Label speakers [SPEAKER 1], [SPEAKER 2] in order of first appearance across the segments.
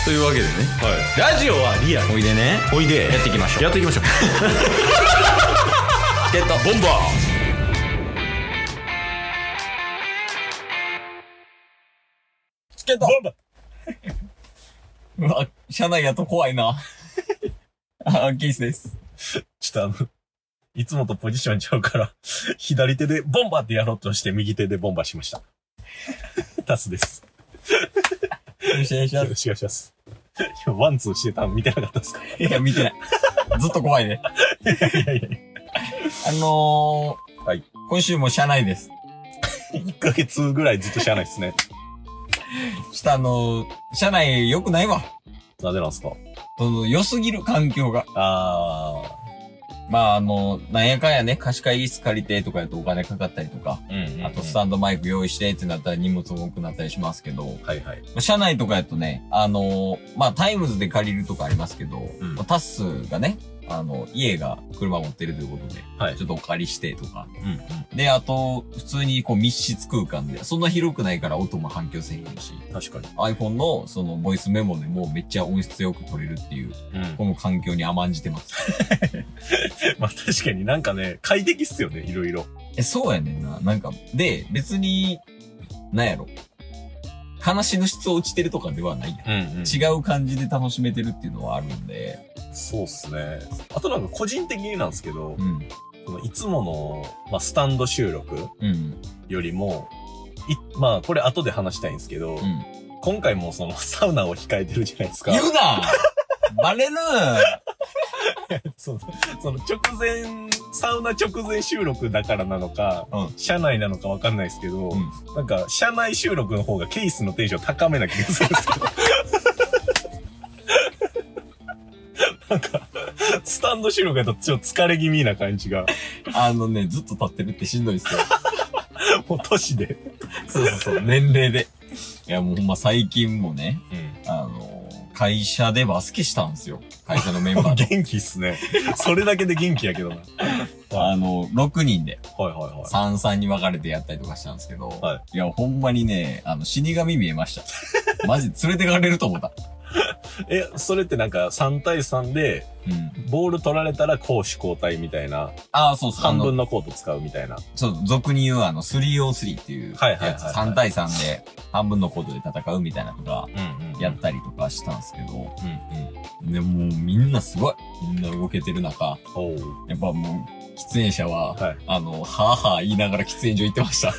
[SPEAKER 1] というわけでね、
[SPEAKER 2] ラジオはリアル。
[SPEAKER 1] おいでね、
[SPEAKER 2] おいで。
[SPEAKER 1] やっていきましょう。
[SPEAKER 2] やっていきましょう。
[SPEAKER 1] チケットボンバー。チケット
[SPEAKER 2] ボンバ
[SPEAKER 1] うわ、車内やと怖いな。あ、キースです。
[SPEAKER 2] ちょっといつもとポジションちゃうから、左手でボンバーってやろうとして右手でボンバーしました。タスです。
[SPEAKER 1] よろしくお願いしま
[SPEAKER 2] よろしくお願いします。今ワンツーしてたの見てなかったですか？
[SPEAKER 1] す。いや、見てない。ずっと怖いね。
[SPEAKER 2] いやいやいや。はい。
[SPEAKER 1] 今週も車内です。
[SPEAKER 2] 1ヶ月ぐらいずっと知らないですね。
[SPEAKER 1] ちょっと車内良くないわ。
[SPEAKER 2] なんでなんすか？
[SPEAKER 1] 良すぎる環境が。まあなんやかんやね、貸し会議室借りてとかやとお金かかったりとか、あとスタンドマイク用意してってなったら荷物重くなったりしますけど、
[SPEAKER 2] はいはい。
[SPEAKER 1] 車内とかやとね、まあタイムズで借りるとかありますけど、タッスがね、家が車持ってるということで、
[SPEAKER 2] はい。
[SPEAKER 1] ちょっとお借りしてとか。で、あと、普通にこう密室空間で、そんな広くないから音も反響せへんし。
[SPEAKER 2] 確かに。
[SPEAKER 1] iPhone のそのボイスメモでもめっちゃ音質よく取れるっていう、この環境に甘んじてます。
[SPEAKER 2] まあ確かになんかね、快適っすよね、いろいろ。
[SPEAKER 1] そうやねんな。なんか、で、別に、なんやろ。話の質落ちてるとかではないやん。違う感じで楽しめてるっていうのはあるんで。
[SPEAKER 2] そうっすね。あとなんか個人的になんですけど、いつもの、まあ、スタンド収録よりも、まあこれ後で話したいんですけど、今回もそのサウナを控えてるじゃないですか。
[SPEAKER 1] 言うなバレる
[SPEAKER 2] その直前、サウナ直前収録だからなのか、車内なのかわかんないですけど、なんか車内収録の方がケースのテンション高めな気がするんですけど。なんか、スタンド収録だとちょっと疲れ気味な感じが。
[SPEAKER 1] ずっと立ってるってしんどいっすよ。
[SPEAKER 2] もう年で。
[SPEAKER 1] そう、年齢で。いやもうほんま最近もね、会社でバスケしたんですよ。会社のメンバーと。
[SPEAKER 2] 元気っすね。それだけで元気やけどな。
[SPEAKER 1] 6人で。
[SPEAKER 2] 3-3
[SPEAKER 1] に分かれてやったりとかしたんですけど。いや、ほんまにね、死神見えました。マジ連れてかれると思った。
[SPEAKER 2] それってなんか3対3で、ボール取られたら攻守交代みたいな。
[SPEAKER 1] そう。
[SPEAKER 2] 半分のコート使うみたいな。
[SPEAKER 1] そう、俗に言う3on3 っていうやつ。3対3で半分のコートで戦うみたいなとか、やったりとかしたんですけど、で、もうみんなすごい。みんな動けてる中、やっぱもう、喫煙者は、はぁはぁ言いながら喫煙所行ってました。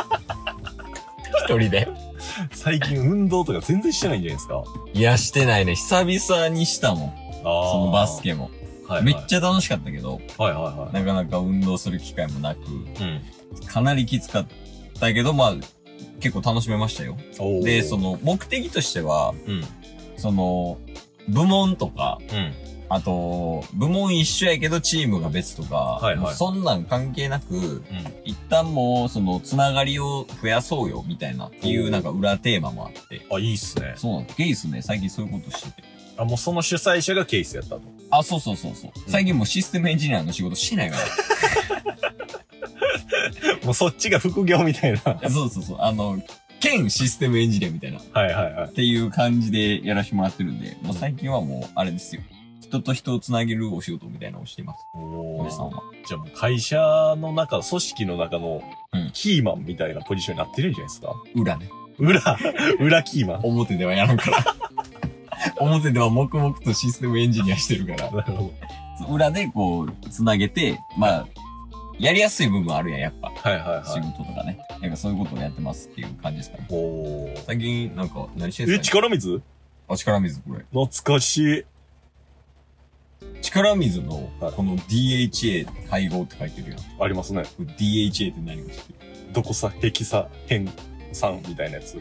[SPEAKER 1] 一人で。
[SPEAKER 2] 最近運動とか全然してないんじゃないですか？
[SPEAKER 1] いや、してないね。久々にしたもん。そのバスケも。めっちゃ楽しかったけど、なかなか運動する機会もなく、かなりきつかったけど、まあ、結構楽しめましたよ。で、その、目的としては、その、部門とか、あと、部門一緒やけどチームが別とか、そんなん関係なく、一旦もう、その、つながりを増やそうよ、みたいなっていうなんか裏テーマもあって。
[SPEAKER 2] いいっすね。
[SPEAKER 1] そうなんです。ケースね、最近そういうことしてて。
[SPEAKER 2] もうその主催者がケースやったと。
[SPEAKER 1] そう。最近もうシステムエンジニアの仕事してないから。
[SPEAKER 2] もうそっちが副業みたいな。
[SPEAKER 1] そう。兼システムエンジニアみたいな。っていう感じでやらせてもらってるんで、もう最近はもう、あれですよ。人と人をつなげるお仕事みたいなのをしてます。おじさんは。
[SPEAKER 2] じゃあもう会社の中、組織の中の、キーマンみたいなポジションになってるんじゃないですか？
[SPEAKER 1] 裏ね。
[SPEAKER 2] 裏キーマン。
[SPEAKER 1] 表ではやらんから。表では黙々とシステムエンジニアしてるから。
[SPEAKER 2] なるほ
[SPEAKER 1] ど。裏でこう、つなげて、まあ、やりやすい部分あるやん、やっぱ。仕事とかね。なんかそういうことをやってますっていう感じですかね。最近、なんか、何してるんですか？
[SPEAKER 2] 力水？
[SPEAKER 1] 力水これ。
[SPEAKER 2] 懐かしい。
[SPEAKER 1] 力水の、この DHA 配合って書いてるやん。
[SPEAKER 2] ありますね。
[SPEAKER 1] DHA って何か知ってる？
[SPEAKER 2] どこさ、ヘキサ、変酸みたいなやつ。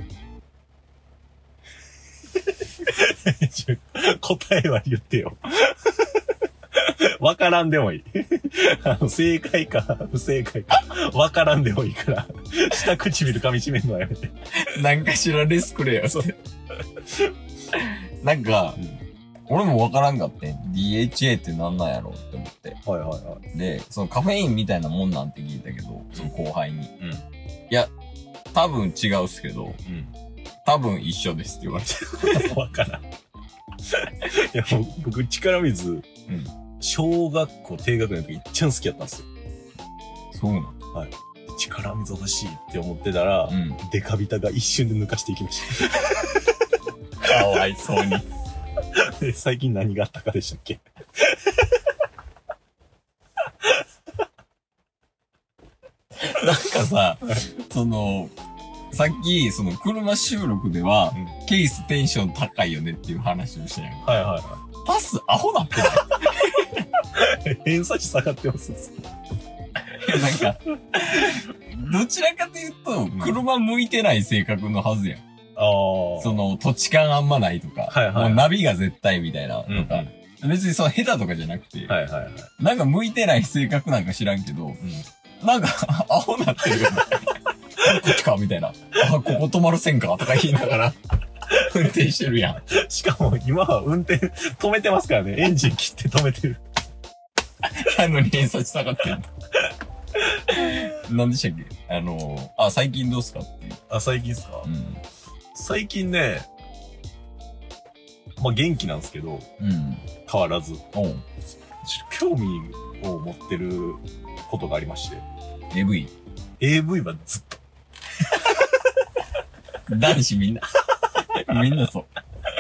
[SPEAKER 2] 答えは言ってよ。わからんでもいい。正解か不正解かわからんでもいいから、下唇噛み締めるのはやめて。
[SPEAKER 1] なんかしらレスくれよって。なんか、俺もわからんかって、DHA ってなんなんやろって思って。で、そのカフェインみたいなもんなんて聞いたけど、その後輩に。いや、多分違うっすけど、多分一緒ですって言われて。
[SPEAKER 2] わからん。 いや、僕、力水、小学校低学年の時一番好きやったんですよ。
[SPEAKER 1] そうなの？
[SPEAKER 2] はい。力水欲しいって思ってたら、デカビタが一瞬で抜かしていきました。
[SPEAKER 1] かわいそうに。
[SPEAKER 2] で、最近何があったかでしたっけ？
[SPEAKER 1] なんかさ、さっき、車収録では、ケーステンション高いよねっていう話をしたやん。
[SPEAKER 2] はいはいはい。
[SPEAKER 1] タスアホなってない？
[SPEAKER 2] 偏差値下がってます。
[SPEAKER 1] なんか、どちらかというと、車向いてない性格のはずやん。土地感あんまないとか、もうナビが絶対みたいなとか、別に下手とかじゃなくて、なんか向いてない性格なんか知らんけど、なんか、アホなってるよね。こっちかみたいな。ここ止まるせんかとか言いながら、運転してるやん。
[SPEAKER 2] しかも今は運転止めてますからね。エンジン切って止めてる。
[SPEAKER 1] なのに偏差値下がってんの。何でしたっけ？最近どうすかっていう。
[SPEAKER 2] 最近っすか？最近ね、まあ、元気なんですけど、変わらず。興味を持ってることがありまして。
[SPEAKER 1] AV
[SPEAKER 2] はずっと。
[SPEAKER 1] 男子みんな。みんなそう。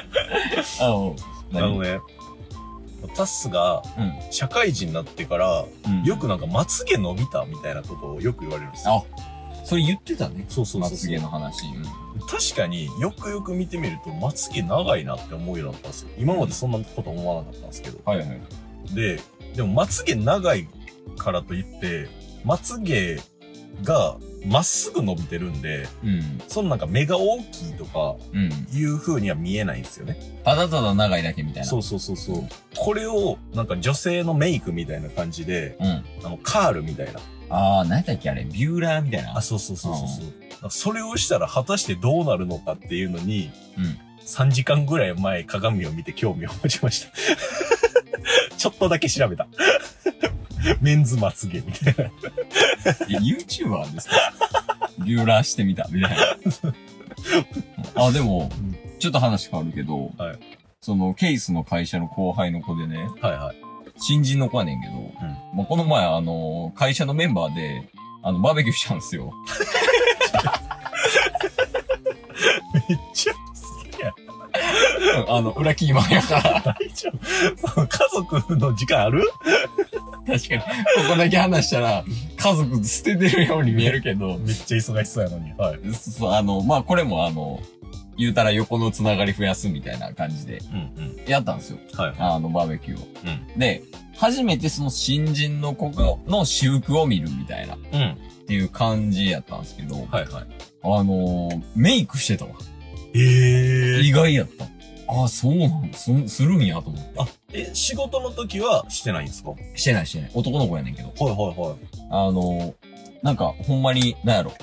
[SPEAKER 2] ね、タスが、社会人になってから、よくなんかまつげ伸びたみたいなことをよく言われるんですよ。
[SPEAKER 1] それ言ってたね。
[SPEAKER 2] そう。
[SPEAKER 1] まつげの話。
[SPEAKER 2] 確かによくよく見てみると、まつげ長いなって思うようになったんですよ。今までそんなこと思わなかったんですけど。でもまつげ長いからといって、まつげがまっすぐ伸びてるんで、なんか目が大きいとか、いう風には見えないんですよね。
[SPEAKER 1] ただただ長いだけみたいな。
[SPEAKER 2] そう。これを、なんか女性のメイクみたいな感じで、カールみたいな。
[SPEAKER 1] 何やったっけあれ、ビューラーみたいな。
[SPEAKER 2] そう。それをしたら果たしてどうなるのかっていうのに、3時間ぐらい前鏡を見て興味を持ちました。ちょっとだけ調べた。メンズまつげみたいな。
[SPEAKER 1] YouTuber ですか？ビューラーしてみたみたいな。でも、ちょっと話変わるけど、ケースの会社の後輩の子でね、新人の子やねんけど、この前会社のメンバーで、バーベキューしたんですよ。
[SPEAKER 2] めっちゃ好きや。
[SPEAKER 1] 裏キーマンやから。
[SPEAKER 2] 大丈夫。家族の時間ある？
[SPEAKER 1] 確かに。ここだけ話したら、家族捨ててるように見えるけど。
[SPEAKER 2] めっちゃ忙しそうやのに。
[SPEAKER 1] これも言うたら横のつながり増やすみたいな感じで、やったんですよ。バーベキューを。で、初めてその新人の子の私服を見るみたいな、っていう感じやったんですけど、メイクしてたわ。意外やった。そうなんするんやと思って。
[SPEAKER 2] 仕事の時はしてないんですか？
[SPEAKER 1] してない。男の子やねんけど。なんか、ほんまに、なんやろ。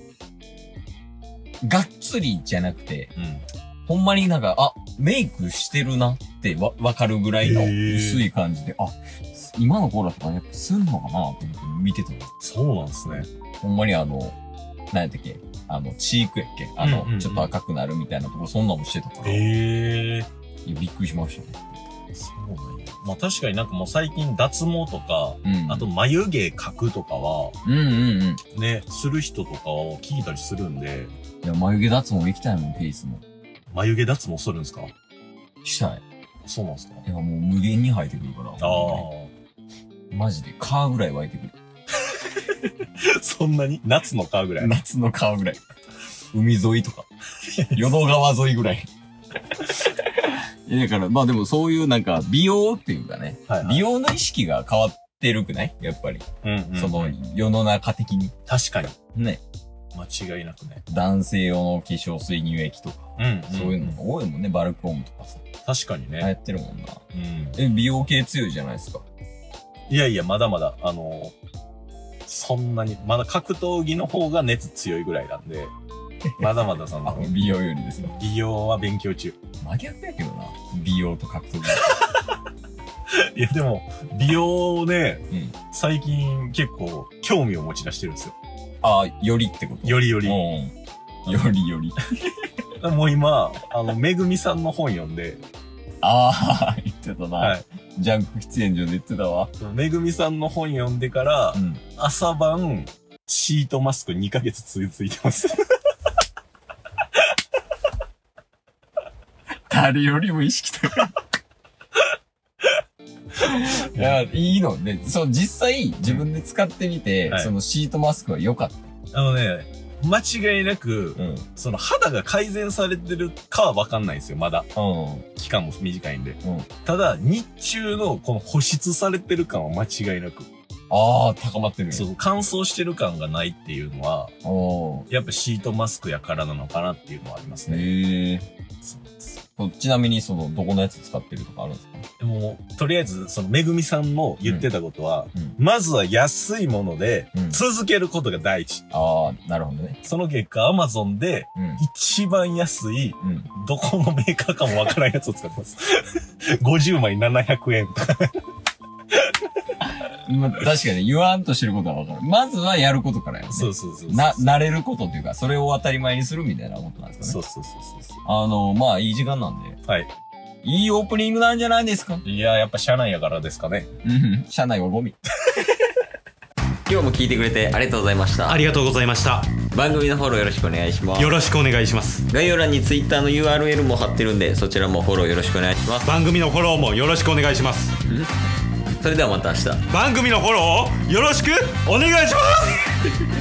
[SPEAKER 1] がっつりじゃなくて、ほんまになんか、メイクしてるなってわかるぐらいの薄い感じで、今の子らとかやっぱすんのかなと思って見てたの。
[SPEAKER 2] そうなんですね。
[SPEAKER 1] ほんまに何やったっけチークやっけちょっと赤くなるみたいなところ、そんなのしてたから。びっくりしましたね。
[SPEAKER 2] そうなんや。まあ確かになんかもう最近脱毛とか、あと眉毛描くとかは、ね、する人とかを聞いたりするんで。
[SPEAKER 1] いや、眉毛脱毛行きたいもん、ケースも。
[SPEAKER 2] 眉毛脱毛するんですか？
[SPEAKER 1] したい。
[SPEAKER 2] そうなんですか？
[SPEAKER 1] いや、もう無限に生えてくるから。マジで、皮ぐらい湧いてくる。
[SPEAKER 2] そんなに？夏の皮ぐらい？
[SPEAKER 1] 夏の皮ぐらい。海沿いとか。淀川沿いぐらい。だから、まあでもそういうなんか美容っていうかね、美容の意識が変わってるくない？やっぱり。世の中的に。
[SPEAKER 2] 確かに。
[SPEAKER 1] ね。
[SPEAKER 2] 間違いなくね。
[SPEAKER 1] 男性用の化粧水乳液とか。そういうのが多いもんね、バルクオムとかさ。
[SPEAKER 2] 確かにね。
[SPEAKER 1] 流行ってるもんな。美容系強いじゃないですか。
[SPEAKER 2] いやいや、まだまだ、そんなに、まだ格闘技の方が熱強いぐらいなんで、まだまだ
[SPEAKER 1] 美容よりですね。
[SPEAKER 2] 美容は勉強中。
[SPEAKER 1] 真逆やけどな。美容と格闘技。
[SPEAKER 2] いやでも、美容ね、最近結構興味を持ち出してるんですよ。
[SPEAKER 1] よりってこと？
[SPEAKER 2] より。
[SPEAKER 1] より。
[SPEAKER 2] もう今、めぐみさんの本読んで、
[SPEAKER 1] 言ってたな。はい。ジャンク喫煙所で言ってたわ。
[SPEAKER 2] めぐみさんの本読んでから、朝晩、シートマスク2ヶ月続いてます。
[SPEAKER 1] 誰よりも意識高い。いや、いいのね。実際、自分で使ってみて、そのシートマスクは良かった。
[SPEAKER 2] 間違いなく、その肌が改善されてるかはわかんないんですよ、まだ。期間も短いんで。ただ、日中のこの保湿されてる感は間違いなく。
[SPEAKER 1] 高まってる。
[SPEAKER 2] そう、乾燥してる感がないっていうのは、やっぱシートマスクやからなのかなっていうのはありますね。
[SPEAKER 1] ちなみに、どこのやつ使ってるとかあるんですか？
[SPEAKER 2] でも、とりあえず、めぐみさんの言ってたことは、まずは安いもので、続けることが第一。
[SPEAKER 1] なるほどね。
[SPEAKER 2] その結果、アマゾンで、一番安い、どこのメーカーかもわからんやつを使ってます。50枚700円とか。
[SPEAKER 1] 確かに言わんとしてることはわかる。まずはやることからやる、ね。
[SPEAKER 2] そう。
[SPEAKER 1] 慣れることっていうか、それを当たり前にするみたいなことなんですかね。そう。まあ、いい時間なんで。
[SPEAKER 2] はい。
[SPEAKER 1] いいオープニングなんじゃないですか？
[SPEAKER 2] いや、やっぱ車内やからですかね。
[SPEAKER 1] 車内はゴミ。今日も聞いてくれてありがとうございました。
[SPEAKER 3] ありがとうございました。
[SPEAKER 1] 番組のフォローよろしくお願いします。
[SPEAKER 3] よろしくお願いします。
[SPEAKER 1] 概要欄に Twitter の URL も貼ってるんで、そちらもフォローよろしくお願いします。
[SPEAKER 3] 番組のフォローもよろしくお願いします。
[SPEAKER 1] それではまた明日。
[SPEAKER 3] 番組のフォローをよろしくお願いします。